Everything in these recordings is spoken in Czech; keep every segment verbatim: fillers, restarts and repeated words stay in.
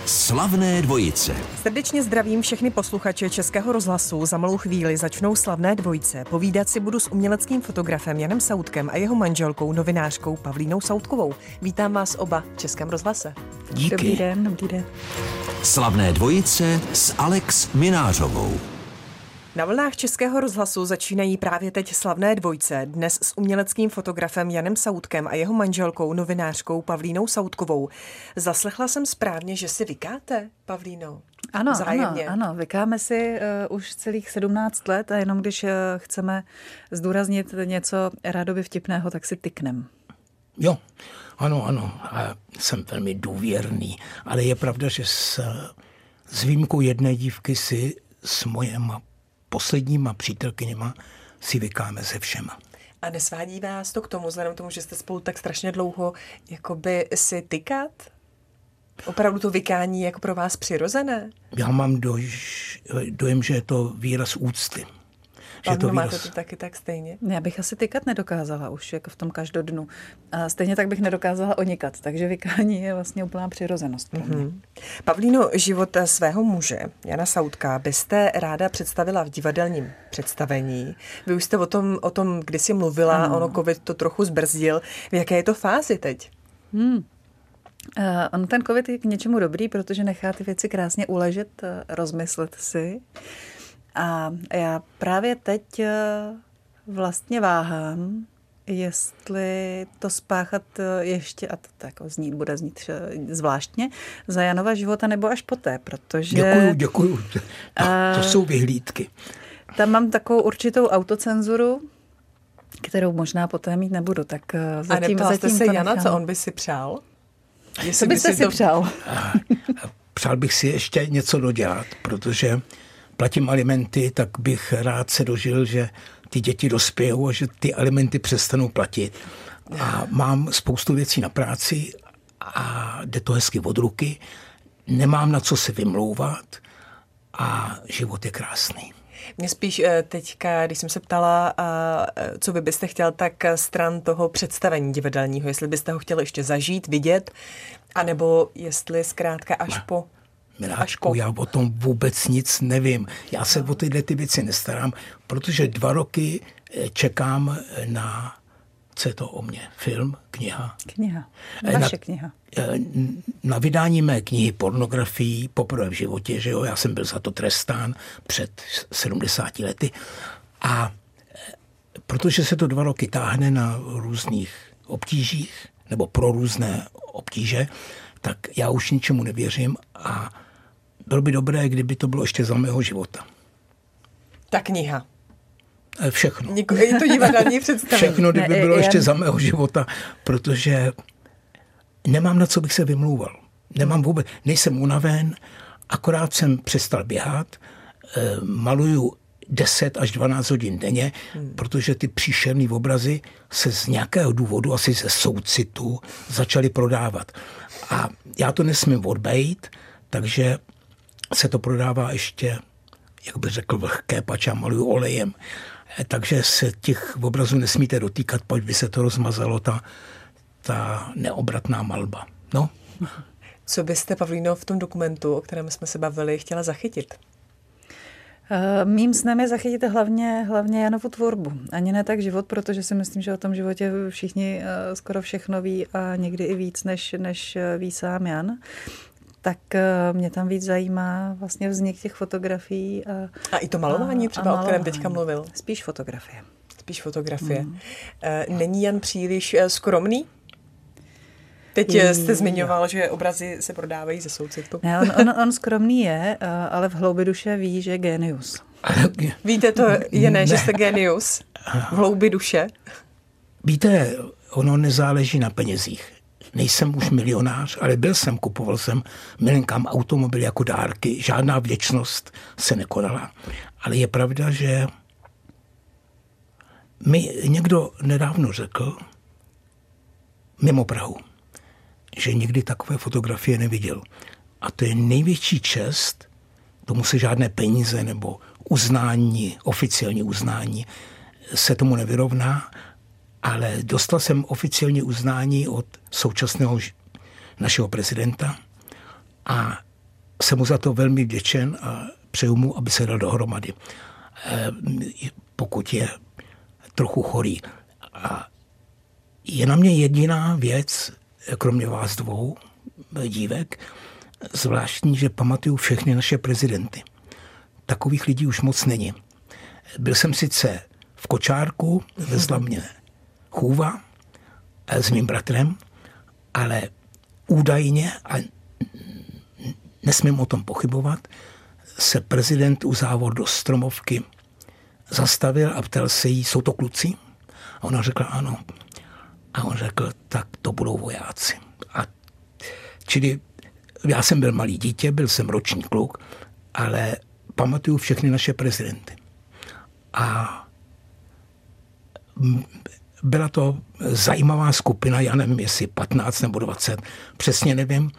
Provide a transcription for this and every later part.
Slavné dvojice. Srdečně zdravím všechny posluchače Českého rozhlasu. Za malou chvíli začnou Slavné dvojice. Povídat si budu s uměleckým fotografem Janem Sautkem a jeho manželkou, novinářkou Pavlínou Sautkovou. Vítám vás oba v Českém rozhlase. Díky. Dobrý den, dobrý den. Slavné dvojice s Alex Minářovou. Na vlnách Českého rozhlasu začínají právě teď Slavné dvojice. Dnes s uměleckým fotografem Janem Sautkem a jeho manželkou, novinářkou Pavlínou Sautkovou. Zaslechla jsem správně, že si vykáte, Pavlíno? Ano, Vzájemně. ano, ano. Vykáme si uh, už celých sedmnáct let a jenom když uh, chceme zdůraznit něco rádoby vtipného, tak si tyknem. Jo, ano, ano. A jsem velmi důvěrný, ale je pravda, že s, s výjimkou jedné dívky si s mojema posledníma přítelkyněma si vykáme se všema. A nesvádí vás to k tomu, vzhledem k tomu, že jste spolu tak strašně dlouho, jakoby si tykat? Opravdu to vykání jako pro vás přirozené? Já mám doj, dojem, že je to výraz úcty. Že to máte to taky tak stejně? Já bych asi tykat nedokázala už jako v tom každodnu. A stejně tak bych nedokázala onikat, takže vykání je vlastně úplná přirozenost. Mm-hmm. Pavlíno, život svého muže, Jana Sautka, byste ráda představila v divadelním představení. Vy už jste o tom, o tom kdysi mluvila, ano. Ono covid to trochu zbrzdil. V jaké je to fázi teď? Hmm. Uh, on ten covid je k něčemu dobrý, protože nechá ty věci krásně uležet, uh, rozmyslet si. A já právě teď vlastně váhám, jestli to spáchat ještě, a to tak znít, bude znít zvláštně, za Janova života nebo až poté, protože... Děkuju, děkuju. To, to jsou vyhlídky. Tam mám takovou určitou autocenzuru, kterou možná poté mít nebudu, tak zatím, a neptala jste se Jana, nechám. co on by si přál? Co byste si to... přál? Přál bych si ještě něco dodělat, protože platím alimenty, tak bych rád se dožil, že ty děti dospějou a že ty alimenty přestanou platit. A mám spoustu věcí na práci a jde to hezky od ruky. Nemám na co se vymlouvat a život je krásný. Mě spíš teďka, když jsem se ptala, co vy byste chtěl, tak stran toho představení divadelního, jestli byste ho chtěl ještě zažít, vidět, anebo jestli zkrátka až po... Miláčku, já o tom vůbec nic nevím. Já se o tyhle ty věci nestarám, protože dva roky čekám na, co je to o mně, film, kniha. Kniha, vaše na, kniha. Na vydání mé knihy Pornografií poprvé v životě, že jo, já jsem byl za to trestán před sedmdesáti lety. A protože se to dva roky táhne na různých obtížích, nebo pro různé obtíže, tak já už ničemu nevěřím a bylo by dobré, kdyby to bylo ještě za mého života. Ta kniha. Všechno. Je to divadelní představení. Všechno, kdyby ne, bylo já... ještě za mého života, protože nemám na co bych se vymlouval. Nemám vůbec, nejsem unaven, akorát jsem přestal běhat, maluju deset až dvanáct hodin denně, hmm. protože ty příšerný obrazy se z nějakého důvodu, asi ze soucitu, začaly prodávat. A já to nesmím odbejt, takže se to prodává ještě, jak bych řekl, vlhké, pač já maluju olejem. Takže se těch obrazů nesmíte dotýkat, pojď by se to rozmazalo, ta, ta neobratná malba. No. Co byste, Pavlíno, v tom dokumentu, o kterém jsme se bavili, chtěla zachytit? Mým snem je zachytit hlavně, hlavně Janovu tvorbu. Ani ne tak život, protože si myslím, že o tom životě všichni skoro všechno ví a někdy i víc, než, než ví sám Jan. Tak mě tam víc zajímá vlastně vznik těch fotografií. A, a i to malování třeba, malování. O kterém teďka mluvil? Spíš fotografie. Spíš fotografie. Hmm. Není Jan příliš skromný? Teď jste zmiňoval, že obrazy se prodávají ze soucitu. Ne, on, on, on skromný je, ale v hloubi duše ví, že je génius. Víte to, je ne, že jste génius? V hloubi duše? Víte, ono nezáleží na penězích. Nejsem už milionář, ale byl jsem, kupoval jsem milenkám automobily jako dárky. Žádná vděčnost se nekonala. Ale je pravda, že mi někdo nedávno řekl, mimo Prahu, že nikdy takové fotografie neviděl. A to je největší čest, tomu se žádné peníze nebo uznání, oficiální uznání se tomu nevyrovná, ale dostal jsem oficiální uznání od současného našeho prezidenta a jsem mu za to velmi vděčen a přeju mu, aby se dal dohromady, pokud je trochu chorý. A je na mě jediná věc, kromě vás dvou dívek, zvláštní, že pamatuju všechny naše prezidenty. Takových lidí už moc není. Byl jsem sice v kočárku, vezla mě chůva s mým bratrem, ale údajně, a nesmím o tom pochybovat, se prezident u závodu Stromovky zastavil a ptal se jí, jsou to kluci? A ona řekla ano. A on řekl, tak to budou vojáci. A čili já jsem byl malý dítě, byl jsem roční kluk, ale pamatuju všechny naše prezidenty. A byla to zajímavá skupina, já nevím, jestli patnáct nebo dvacet, přesně nevím.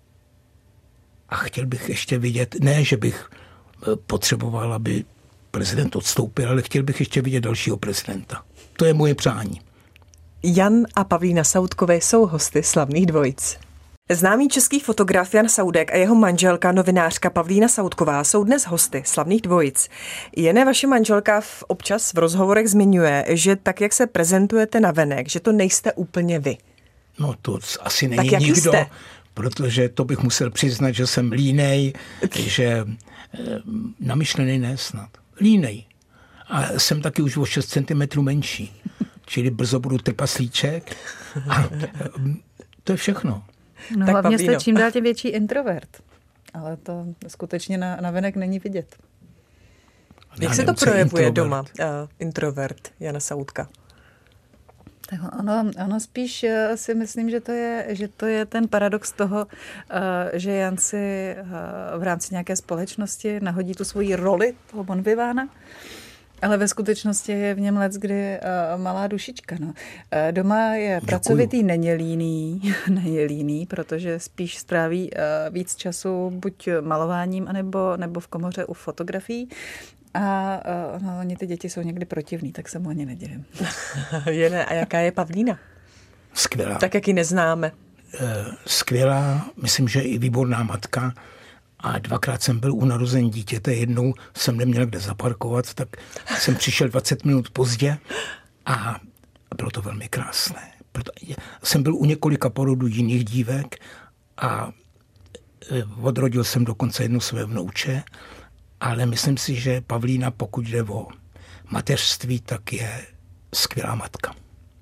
A chtěl bych ještě vidět, ne, že bych potřeboval, aby prezident odstoupil, ale chtěl bych ještě vidět dalšího prezidenta. To je moje přání. Jan a Pavlína Sautkové jsou hosty Slavných dvojic. Známý český fotograf Jan Saudek a jeho manželka, novinářka Pavlína Sautková, jsou dnes hosty Slavných dvojic. Jen vaše manželka v občas v rozhovorech zmiňuje, že tak, jak se prezentujete navenek, že to nejste úplně vy. No to asi není tak nikdo, jste? Protože to bych musel přiznat, že jsem línej, že namyšlený ne snad. Línej. A jsem taky už o šest centimetrů menší. Čili brzo budu trpaslíček. A to je všechno. No Tak hlavně Pavlíno. jste čím dál tím větší introvert. Ale to skutečně na, na venek není vidět. Jak Já se to nevím, co je projevuje introvert. doma, uh, introvert Jana Sautka? Tak ono, ono spíš uh, si myslím, že to je, že to je ten paradox toho, uh, že Jan si uh, v rámci nějaké společnosti nahodí tu svoji roli toho bonvivána, ale ve skutečnosti je v něm leckdy uh, malá dušička. No. Uh, doma je Děkuju. pracovitý, není líný, není líný, protože spíš stráví uh, víc času buď malováním, anebo, nebo v komoře u fotografií. A uh, no, oni ty děti jsou někdy protivný, tak se mu ani nedivím. Jene, a jaká je Pavlína? Skvělá. Tak, jak ji neznáme. Skvělá, myslím, že i výborná matka. A dvakrát jsem byl u narození dítěte, jednou jsem neměl kde zaparkovat, tak jsem přišel dvacet minut pozdě a bylo to velmi krásné. Proto jsem byl u několika porodů jiných dívek a odrodil jsem dokonce jednu své vnouče, ale myslím si, že Pavlína, pokud jde o mateřství, tak je skvělá matka.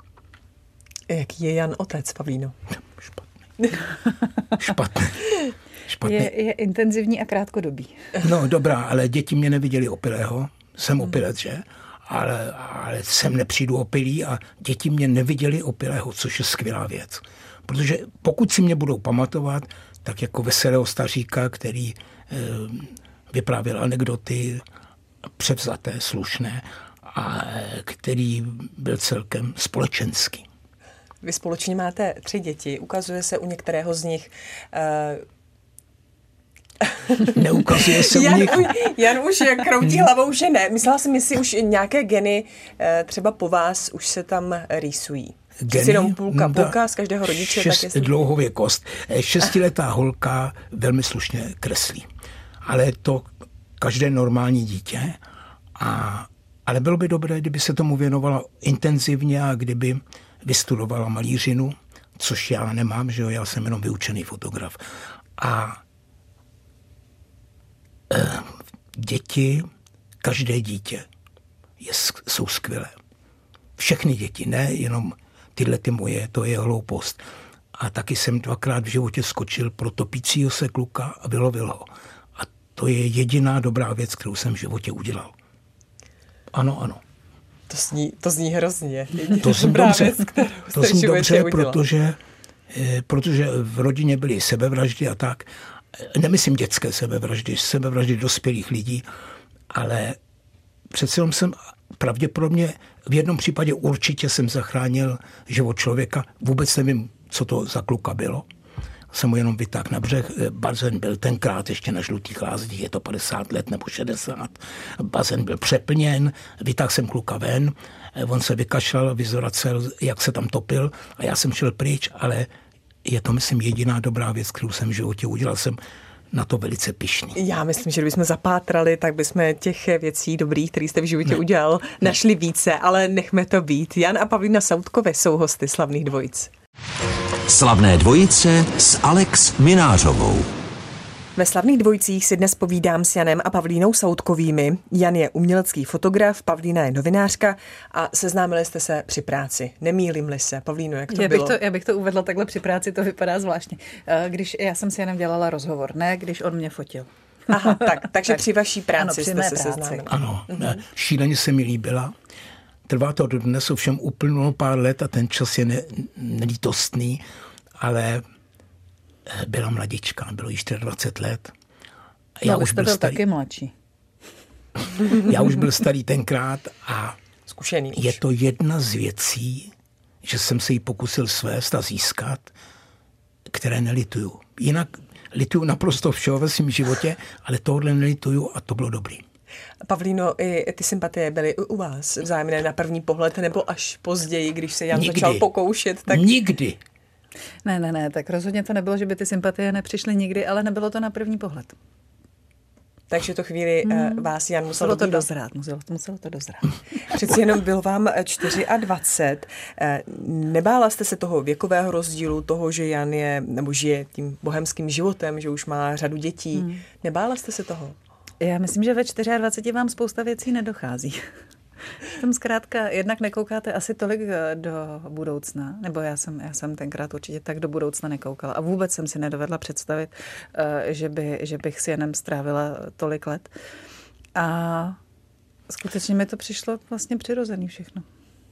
Jaký je Jan otec, Pavlíno? Špatný. Špatný. Špatný. Je, je intenzivní a krátkodobý. No dobrá, ale děti mě neviděli opilého. Jsem opilec, že? Ale, ale sem nepřijdu opilý a děti mě neviděli opilého, což je skvělá věc. Protože pokud si mě budou pamatovat, tak jako veselého staříka, který e, vyprávěl anekdoty převzaté, slušné a e, který byl celkem společenský. Vy společně máte tři děti. Ukazuje se u některého z nich... Uh... Neukazuje se Jan, u nich... u, Jan už kroutí hlavou, že ne. Myslela jsem, jestli už nějaké geny třeba po vás už se tam rýsují. Geny? Jenom půlka, půlka z každého rodiče. Šest, tak jestli... Dlouhověkost. Šestiletá holka velmi slušně kreslí. Ale to každé normální dítě. A, ale bylo by dobré, kdyby se tomu věnovala intenzivně a kdyby vystudovala malířinu, což já nemám, že jo, já jsem jenom vyučený fotograf. A e, děti, každé dítě je, jsou skvělé. Všechny děti, ne jenom tyhle ty moje, to je hloupost. A taky jsem dvakrát v životě skočil pro topícího se kluka a vylovil ho. A to je jediná dobrá věc, kterou jsem v životě udělal. Ano, ano. To zní, to zní hrozně. To zní dobře, věc, to zní dobře protože, protože v rodině byly sebevraždy a tak. Nemyslím dětské sebevraždy, sebevraždy dospělých lidí, ale přece jenom jsem pravděpodobně v jednom případě určitě jsem zachránil život člověka. Vůbec nevím, co to za kluka bylo. Jsem mu jenom vytáhl na břeh. Bazén byl tenkrát ještě na Žlutých Lázních, je to padesát let nebo šedesát. Bazén byl přeplněn, vytáhl jsem kluka ven, on se vykašlal, vyzvracel, jak se tam topil a já jsem šel pryč, ale je to, myslím, jediná dobrá věc, kterou jsem v životě udělal. Jsem na to velice pyšný. Já myslím, že kdybychom zapátrali, tak bychom těch věcí dobrých, které jste v životě ne. udělal, ne. našli více, ale nechme to být. Jan a Pavlína Sautkové jsou hosty Slavných dvojic. Slavné dvojice s Alex Minářovou. Ve Slavných dvojicích si dnes povídám s Janem a Pavlínou Sautkovými. Jan je umělecký fotograf, Pavlína je novinářka a seznámili jste se při práci. Nemýlím-li se. Pavlíno, jak to já bylo? Bych to, já bych to uvedla takhle při práci, to vypadá zvláštně. Když já jsem si Janem dělala rozhovor, ne když on mě fotil. Aha, tak, takže tak, při vaší práci ano, při jste mé se práci. seznámili. Ano, mm-hmm. šíleně se mi líbila. Trvá to dodnes, ovšem uplynulo pár let a ten čas je ne, nelítostný, ale byla mladička, bylo jí dvacet čtyři let. Já no, už byl, byl starý, taky mladší. Já už byl starý tenkrát a zkušený je už. to jedna z věcí, že jsem se jí pokusil svést a získat, které nelituju. Jinak lituju naprosto všeho ve svém životě, ale tohle nelituju a to bylo dobrý. Pavlíno, i ty sympatie byly u vás vzájemné na první pohled, nebo až později, když se Jan Nikdy. začal pokoušet? Tak... Nikdy. Ne, ne, ne, tak rozhodně to nebylo, že by ty sympatie nepřišly nikdy, ale nebylo to na první pohled. Takže to chvíli hmm. vás Jan musel Muselo to dobývat. dozrát, muselo, muselo to dozrát. Přeci jenom bylo vám dvacet čtyři. Nebála jste se toho věkového rozdílu, toho, že Jan je, nebo žije tím bohemským životem, že už má řadu dětí. Hmm. Nebála jste se toho? Já myslím, že ve dvaceti čtyřech vám spousta věcí nedochází. Tam zkrátka jednak nekoukáte asi tolik do budoucna, nebo já jsem, já jsem tenkrát určitě tak do budoucna nekoukala a vůbec jsem si nedovedla představit, že, by, že bych si jenom strávila tolik let. A skutečně mi to přišlo vlastně přirozený všechno.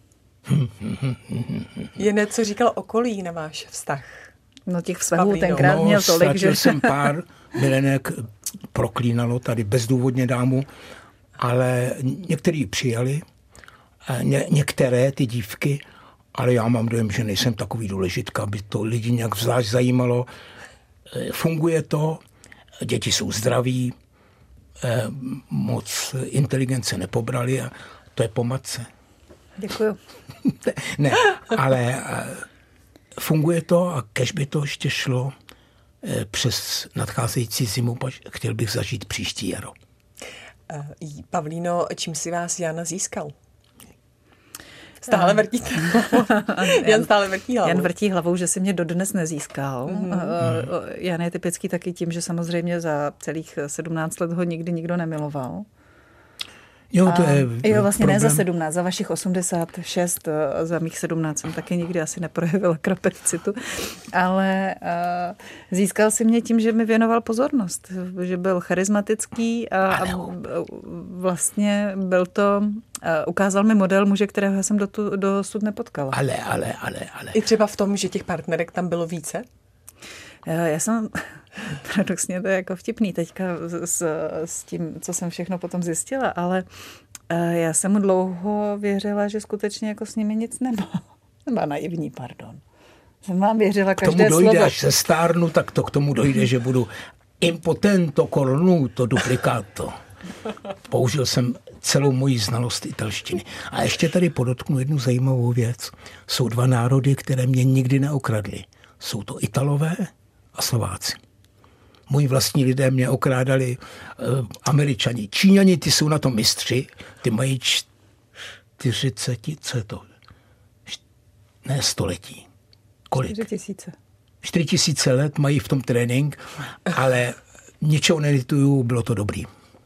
Jen co říkal okolí na váš vztah? No těch vztahů tenkrát no, měl tolik, že... jsem pár milenek, proklínalo tady bezdůvodně dámu, ale některý přijali, ně, některé ty dívky, ale já mám dojem, že nejsem takový důležitka, aby to lidi nějak zvlášť zajímalo. Funguje to, děti jsou zdraví, moc inteligence nepobrali a to je po matce. Děkuju. Ne, ale funguje to a kež by to ještě šlo přes nadcházející zimu, chtěl bych zažít příští jaro. Pavlíno, čím si vás Jan získal? Stále vrtíte. Jan stále vrtí hlavou. Jan vrtí hlavou, že si mě dodnes nezískal. Mm. Jan je typický taky tím, že samozřejmě za celých sedmnáct let ho nikdy nikdo nemiloval. Jo, to je a, jo, vlastně problém. Ne za sedmnáct, za vašich osmdesát šest, za mých sedmnáct jsem taky nikdy asi neprojevila krapecitu, ale uh, získal si mě tím, že mi věnoval pozornost, že byl charismatický a, a vlastně byl to, uh, ukázal mi model muže, kterého já jsem do tu, dosud nepotkala. Ale, ale, ale, ale. I třeba v tom, že těch partnerek tam bylo více? Já jsem, paradoxně to je jako vtipný teďka s, s tím, co jsem všechno potom zjistila, ale já jsem mu dlouho věřila, že skutečně jako s nimi nic nemá. Nebo naivní, pardon. Jsem vám věřila každé slovo. K tomu dojde, slovo. až se stárnu, tak to k tomu dojde, že budu impotento cornuto duplicato. Použil jsem celou moji znalost italštiny. A ještě tady podotknu jednu zajímavou věc. Jsou dva národy, které mě nikdy neokradly. Jsou to Italové a Slováci. Moji vlastní lidé mě okrádali uh, Američani. Číňani, ty jsou na to mistři, ty mají čtyřicet, co je to? Ne století. Kolik? Čtyři tisíce. Čtyři tisíce let mají v tom trénink, ale ničeho nelituju, bylo to dobrý.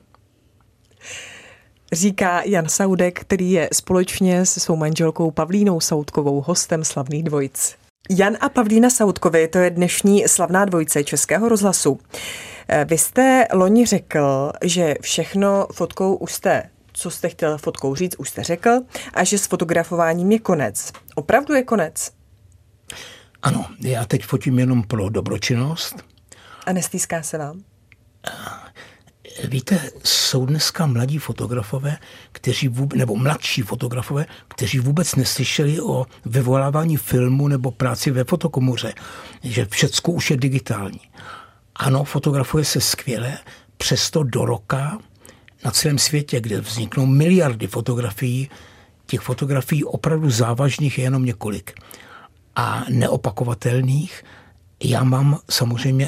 Říká Jan Saudek, který je společně se svou manželkou Pavlínou Sautkovou hostem Slavných dvojic. Jan a Pavlína Sautkovi, to je dnešní slavná dvojice Českého rozhlasu. Vy jste loni řekl, že všechno fotkou už jste, co jste chtěl fotkou říct, už jste řekl a že s fotografováním je konec. Opravdu je konec? Ano, já teď fotím jenom pro dobročinnost. A nestýská se vám? Víte, jsou dneska mladí fotografové, kteří vůbec, nebo mladší fotografové, kteří vůbec neslyšeli o vyvolávání filmu nebo práci ve fotokomoře, že všecko už je digitální. Ano, fotografuje se skvěle, přesto do roka na celém světě, kde vzniknou miliardy fotografií, těch fotografií opravdu závažných je jenom několik. A neopakovatelných já mám samozřejmě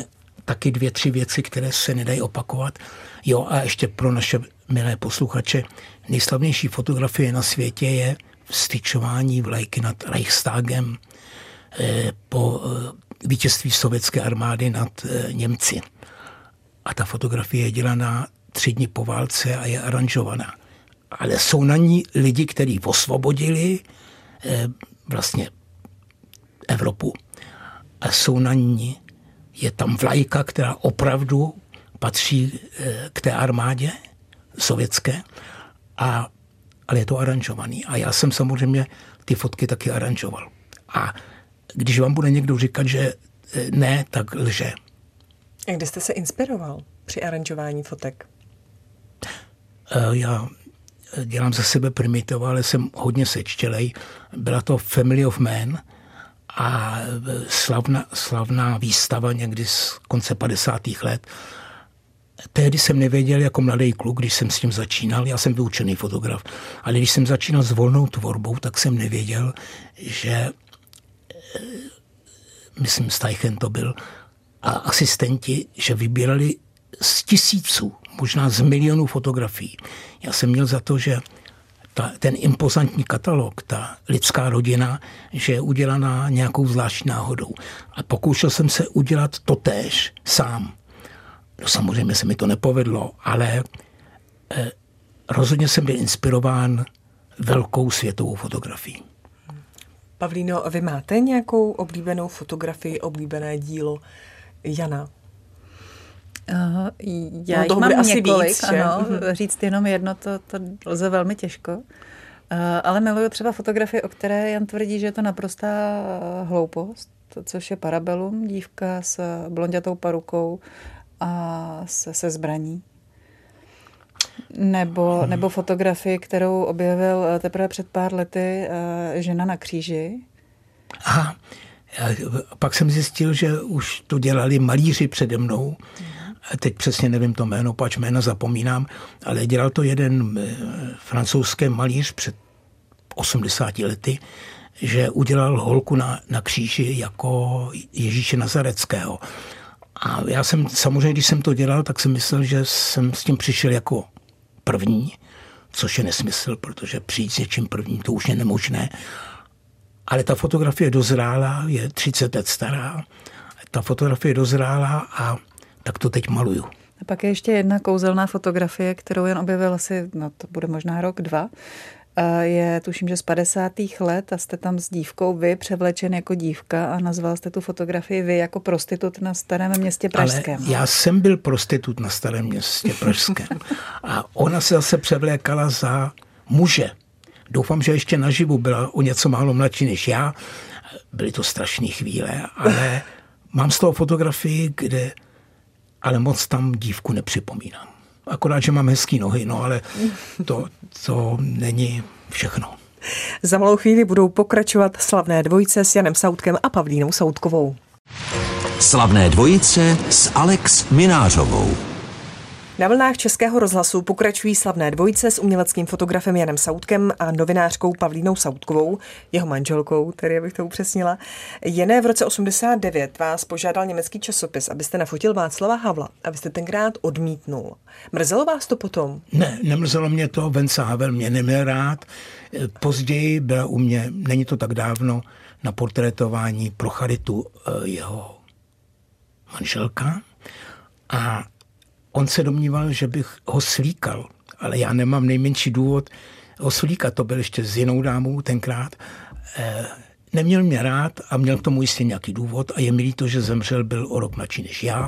taky dvě, tři věci, které se nedají opakovat. Jo, a ještě pro naše milé posluchače, nejslavnější fotografie na světě je vstyčování vlajky nad Reichstagem eh, po eh, vítězství sovětské armády nad eh, Němci. A ta fotografie je dělaná tři dny po válce a je aranžovaná. Ale jsou na ní lidi, kteří osvobodili eh, vlastně Evropu. A jsou na ní, je tam vlajka, která opravdu patří eh, k té armádě sovětské, a, ale je to aranžovaný. A já jsem samozřejmě ty fotky taky aranžoval. A když vám bude někdo říkat, že eh, ne, tak lže. A kde jste se inspiroval při aranžování fotek? Eh, já dělám za sebe primitivo, ale jsem hodně sečtělej. Byla to Family of Men a slavná, slavná výstava někdy z konce padesátých let. Tehdy jsem nevěděl jako mladý kluk, když jsem s tím začínal, já jsem vyučený fotograf, ale když jsem začínal s volnou tvorbou, tak jsem nevěděl, že, myslím, Steichen to byl, a asistenti, že vybírali z tisíců, možná z milionů fotografií. Já jsem měl za to, že ta, ten impozantní katalog, ta lidská rodina, že je udělaná nějakou zvláštní náhodou. A pokoušel jsem se udělat totéž sám. No samozřejmě se mi to nepovedlo, ale eh, rozhodně jsem byl inspirován velkou světovou fotografií. Pavlíno, vy máte nějakou oblíbenou fotografii, oblíbené dílo Jana? Uh, já no, jich mám asi několik, víc, ano, říct jenom jedno, to, to lze velmi těžko. Uh, ale miluju třeba fotografii, o které Jan tvrdí, že je to naprostá hloupost, to, což je Parabellum, dívka s blondětou parukou a se, se zbraní. Nebo, hmm. nebo fotografii, kterou objevil teprve před pár lety uh, žena na kříži. Aha, pak jsem zjistil, že už to dělali malíři přede mnou. Teď přesně nevím to jméno, pač jména zapomínám, ale dělal to jeden francouzský malíř před osmdesáti lety, že udělal holku na, na kříži jako Ježíše Nazareckého. A já jsem samozřejmě, když jsem to dělal, tak jsem myslel, že jsem s tím přišel jako první, což je nesmysl, protože přijít s něčím prvním, to už je nemožné. Ale ta fotografie dozrála, je třicet let stará, ta fotografie dozrála a tak to teď maluju. A pak je ještě jedna kouzelná fotografie, kterou Jan objevil asi, no to bude možná rok, dva. Je, tuším, že z padesátých let a jste tam s dívkou vy převlečen jako dívka a nazval jste tu fotografii vy jako prostitut na Starém městě Pražském. Ale já jsem byl prostitut na Starém městě Pražském a ona se zase převlékala za muže. Doufám, že ještě naživu byla o něco málo mladší než já. Byly to strašné chvíle, ale mám z toho fotografii, kde ale moc tam dívku nepřipomínám. Akorát, že mám hezký nohy, no ale to, to není všechno. Za malou chvíli budou pokračovat slavné dvojice s Janem Sautkem a Pavlínou Sautkovou. Slavné dvojice s Alex Minářovou. Na vlnách Českého rozhlasu pokračují slavné dvojice s uměleckým fotografem Janem Sautkem a novinářkou Pavlínou Sautkovou, jeho manželkou, tedy abych to upřesnila. Jene, v roce osmdesát devět vás požádal německý časopis, abyste nafotil Václava Havla, abyste tenkrát odmítnul. Mrzelo vás to potom? Ne, nemrzelo mě to, Václav Havel mě neměl rád. Později byla u mě, není to tak dávno, na portrétování pro charitu jeho manželka a on se domníval, že bych ho slíkal, ale já nemám nejmenší důvod ho slíkat. To byl ještě s jinou dámou tenkrát. E, neměl mě rád a měl k tomu jistě nějaký důvod a je mi líto, že zemřel, byl o rok mladší než já.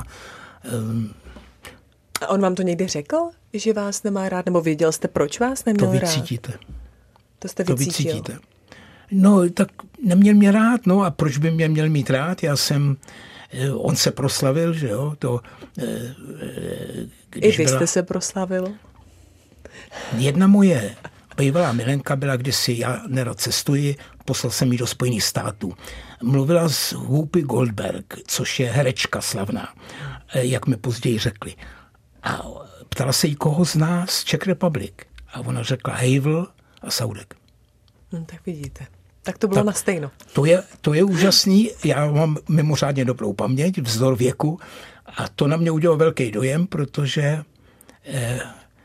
E, a on vám to někdy řekl, že vás nemá rád, nebo věděl jste, proč vás neměl rád? To vycítíte. To jste to vycítil. vycítíte. No, tak neměl mě rád, no a proč by mě měl mít rád? Já jsem... On se proslavil, že jo, to... I vy byla... jste se proslavil? Jedna moje bývalá milenka byla kdysi, já nerad cestuji, poslal jsem ji do Spojených států. Mluvila s Whoopi Goldberg, což je herečka slavná, jak mi později řekli. A ptala se jí, koho zná z Czech Republic. A ona řekla Havel a Saudek. No, tak vidíte. Tak to bylo tak, na stejno. To je, to je úžasný, já mám mimořádně dobrou paměť, vzdor věku A to na mě udělalo velký dojem, protože eh,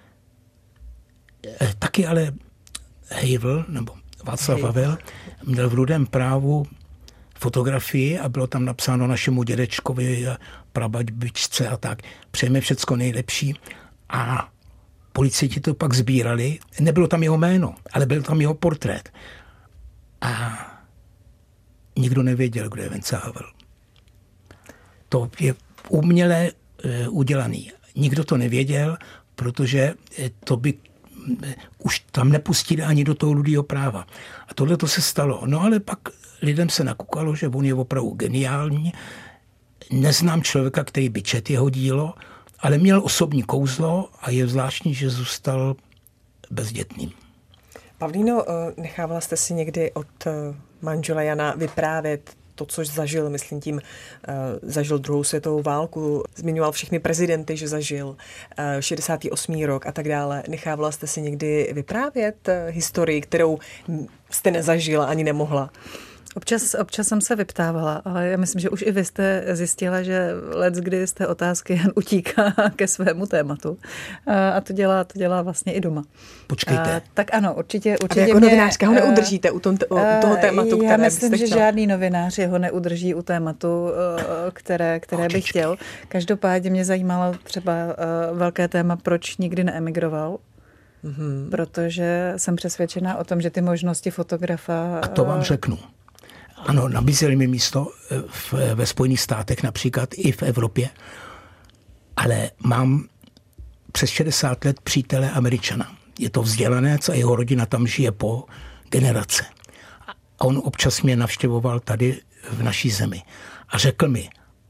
eh, taky ale Havel, nebo Václav Havel, měl v Rudém právu fotografii a bylo tam napsáno našemu dědečkovi, prababičce a tak. Přejeme všecko nejlepší. A policajti to pak sbírali. Nebylo tam jeho jméno, ale byl tam jeho portrét. A nikdo nevěděl, kdo je Vence Havel. To je uměle e, udělaný. Nikdo to nevěděl, protože to by e, už tam nepustili ani do toho Rudého práva. A tohle to se stalo. No ale pak lidem se nakukalo, že on je opravdu geniální. Neznám člověka, který by četl jeho dílo, ale měl osobní kouzlo a je zvláštní, že zůstal bezdětným. Pavlíno, nechávala jste si někdy od manžela Jana vyprávět to, co zažil, myslím tím, zažil druhou světovou válku, zmiňoval všechny prezidenty, že zažil šedesátý osmý rok a tak dále. Nechávala jste si někdy vyprávět historii, kterou jste nezažila ani nemohla? Občas, občas jsem se vyptávala, ale já myslím, že už i vy jste zjistila, že leckdy z té otázky Jan utíká ke svému tématu. A to dělá, to dělá vlastně i doma. Počkejte. A, tak ano, určitě, určitě a jako mě, novinářka ho neudržíte u, tom, u toho tématu, které já myslím, byste že žádný novinář ho neudrží u tématu, které, které bych chtěl. Každopádně mě zajímalo třeba velké téma, proč nikdy neemigroval. Mm-hmm. Protože jsem přesvědčená o tom, že ty možnosti fotografa... A to vám řeknu. Ano, nabízeli mi místo v, ve Spojených státech, například i v Evropě, ale mám přes šedesát let přítele Američana. Je to vzdělanec a jeho rodina tam žije po generace. A on občas mě navštěvoval tady v naší zemi a řekl mi,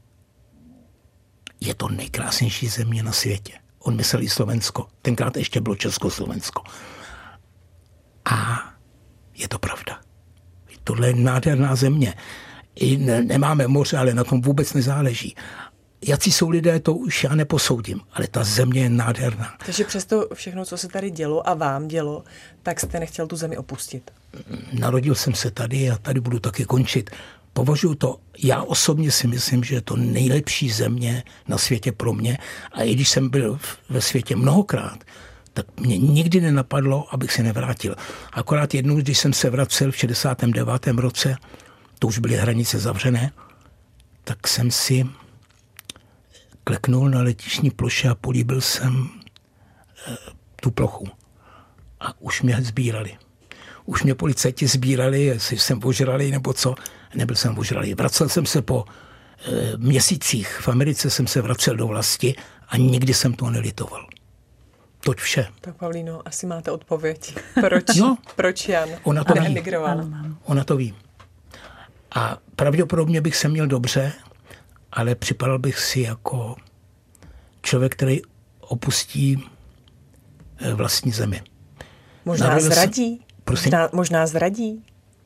je to nejkrásnější země na světě. On myslel i Slovensko. Tenkrát ještě bylo Československo. A je to pravda. Tohle je nádherná země. I ne, nemáme moře, ale na tom vůbec nezáleží. Jací jsou lidé, to už já neposoudím, ale ta země je nádherná. Takže přesto všechno, co se tady dělo a vám dělo, tak jste nechtěl tu zemi opustit? Narodil jsem se tady a tady budu taky končit. Považuji to, já osobně si myslím, že je to nejlepší země na světě pro mě. A i když jsem byl ve světě mnohokrát, tak mě nikdy nenapadlo, abych se nevrátil. Akorát jednou, když jsem se vracel v šedesátém devátém roce, to už byly hranice zavřené, tak jsem si kleknul na letišní ploše a políbil jsem e, tu plochu. A už mě sbírali. Už mě policajti sbírali, jestli jsem ožralý nebo co. Nebyl jsem ožralý. Vracel jsem se po e, měsících. V Americe jsem se vracel do vlasti a nikdy jsem toho nelitoval. Toť vše. Tak Pavlíno, asi máte odpověď. Proč, no, proč Jan ona to neemigroval? Ona to ví. A pravděpodobně bych se měl dobře, ale připadal bych si jako člověk, který opustí vlastní zemi. Možná Narodil zradí? Možná, možná zradí?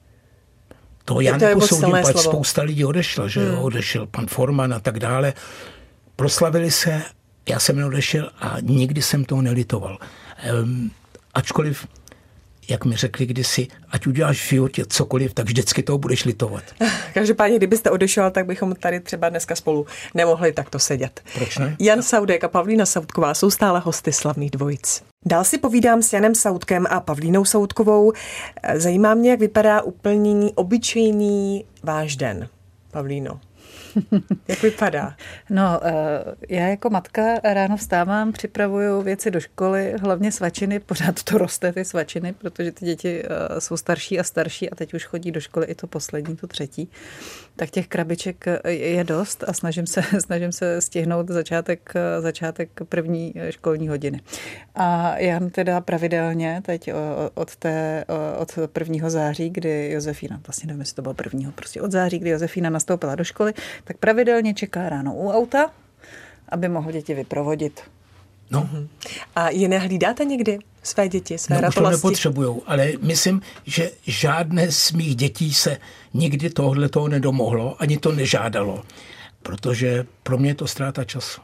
To já neposoudím, pak spousta lidí odešla, že hmm. odešel pan Forman a tak dále. Proslavili se, já jsem neodešel a nikdy jsem toho nelitoval. Um, ačkoliv, jak mi řekli kdysi, ať uděláš v životě cokoliv, tak vždycky toho budeš litovat. Každopádně, kdybyste odešel, tak bychom tady třeba dneska spolu nemohli takto sedět. Proč ne? Jan Saudek a Pavlína Saudková jsou stále hosty Slavných dvojic. Dál si povídám s Janem Saudkem a Pavlínou Saudkovou. Zajímá mě, jak vypadá úplný, obyčejný váš den, Pavlíno. Jak vypadá? No, já jako matka ráno vstávám, připravuju věci do školy, hlavně svačiny, pořád to roste ty svačiny, protože ty děti jsou starší a starší a teď už chodí do školy i to poslední, to třetí. Tak těch krabiček je dost a snažím se, snažím se stihnout začátek, začátek první školní hodiny. A Jan teda pravidelně teď od, té, od prvního září, kdy Josefína, vlastně nevím, jestli to bylo prvního, prostě od září, kdy Josefína nastoupila do školy, tak pravidelně čeká ráno u auta, aby mohl děti vyprovodit. No. A je nehlídáte někdy své děti, své no, ratolesti? No, už to nepotřebujou, ale myslím, že žádné z mých dětí se nikdy tohle toho nedomohlo, ani to nežádalo, protože pro mě je to ztráta času.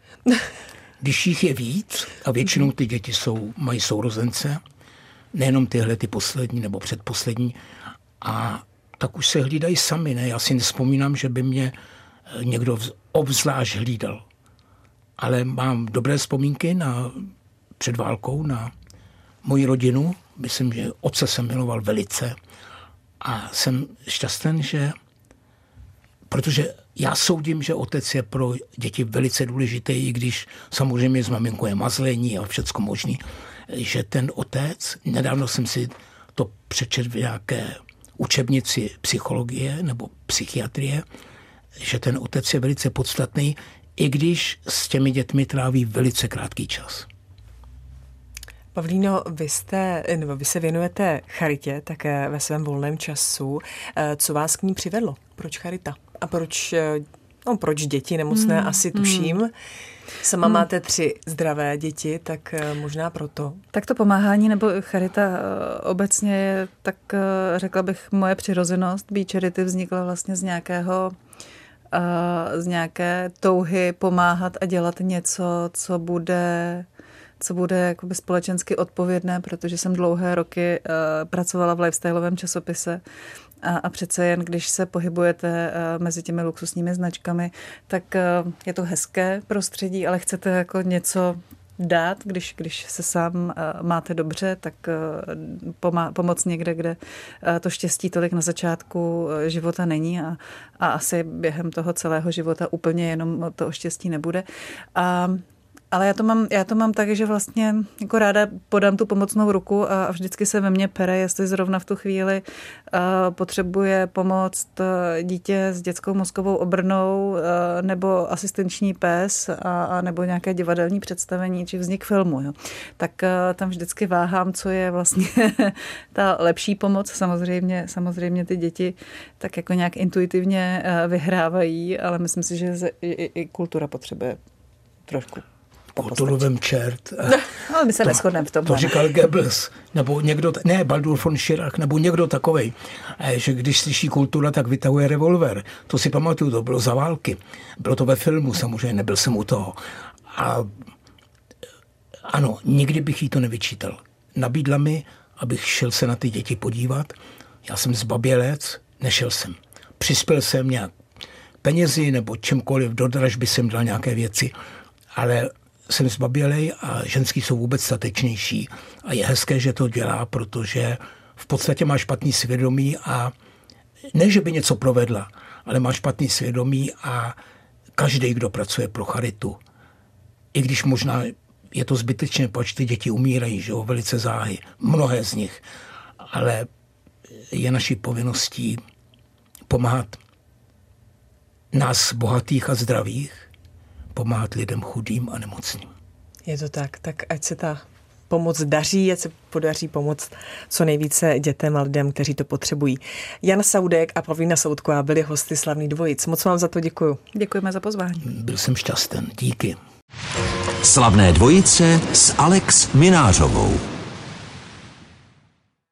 Když jich je víc, a většinou ty děti jsou, mají sourozence, nejenom tyhle ty poslední nebo předposlední, a tak už se hlídají sami, ne? Já si nespomínám, že by mě někdo obzvlášť hlídal. ale mám dobré vzpomínky na před válkou, na moji rodinu. Myslím, že otce jsem miloval velice a jsem šťastný, že protože já soudím, že otec je pro děti velice důležitý, i když samozřejmě s maminkou je mazlení a všecko možný, že ten otec, nedávno jsem si to přečetl v nějaké učebnici psychologie nebo psychiatrie, že ten otec je velice podstatný, i když s těmi dětmi tráví velice krátký čas. Pavlíno, vy, jste, nebo vy se věnujete charitě také ve svém volném času. Co vás k ní přivedlo? Proč charita? A proč, no, proč děti nemocné? Hmm. Asi tuším. Hmm. Sama hmm. máte tři zdravé děti, tak možná proto. Tak to pomáhání nebo charita obecně je, tak řekla bych, moje přirozenost. Být charity vznikla vlastně z nějakého z nějaké touhy pomáhat a dělat něco, co bude co bude jakoby společensky odpovědné, protože jsem dlouhé roky uh, pracovala v lifestyleovém časopise a, a přece jen, když se pohybujete uh, mezi těmi luxusními značkami, tak uh, je to hezké prostředí, ale chcete jako něco dát, když, když se sám uh, máte dobře, tak uh, pomá- pomoct někde, kde uh, to štěstí tolik na začátku uh, života není a, a asi během toho celého života úplně jenom to štěstí nebude. A Ale já to mám, já to mám tak, že vlastně jako ráda podám tu pomocnou ruku a vždycky se ve mně pere, jestli zrovna v tu chvíli uh, potřebuje pomoct dítě s dětskou mozkovou obrnou uh, nebo asistenční pes a, a nebo nějaké divadelní představení či vznik filmu. Jo. Tak uh, tam vždycky váhám, co je vlastně ta lepší pomoc. Samozřejmě, samozřejmě ty děti tak jako nějak intuitivně uh, vyhrávají, ale myslím si, že i, i, i kultura potřebuje trošku. Kulturovém čert. No, ale my se neshodneme v tom. To říkal Goebbels, nebo někdo, ne, Baldur von Schirach, nebo někdo takovej, že když slyší kultura, tak vytahuje revolver. To si pamatuju, to bylo za války. Bylo to ve filmu, samozřejmě nebyl jsem u toho. A ano, nikdy bych jí to nevyčítal. Nabídla mi, abych šel se na ty děti podívat. Já jsem zbabělec, nešel jsem. Přispěl jsem nějak penězi nebo čímkoliv, do dražby jsem dal nějaké věci, ale jsem zbabělej a ženský jsou vůbec statečnější. A je hezké, že to dělá, protože v podstatě má špatný svědomí a ne, že by něco provedla, ale má špatný svědomí a každý, kdo pracuje pro charitu, i když možná je to zbytečné, protože ty děti umírají, že jo, velice záhy, mnohé z nich, ale je naší povinností pomáhat nás bohatých a zdravých, pomáhat lidem chudým a nemocným. Je to tak, tak ať se ta pomoc daří, ať se podaří pomoct co nejvíce dětem a lidem, kteří to potřebují. Jan Saudek a Pavlína Soudková byli hosty Slavných dvojic. Moc vám za to děkuju. Děkujeme za pozvání. Byl jsem šťastný, díky. Slavné dvojice s Alex Minářovou.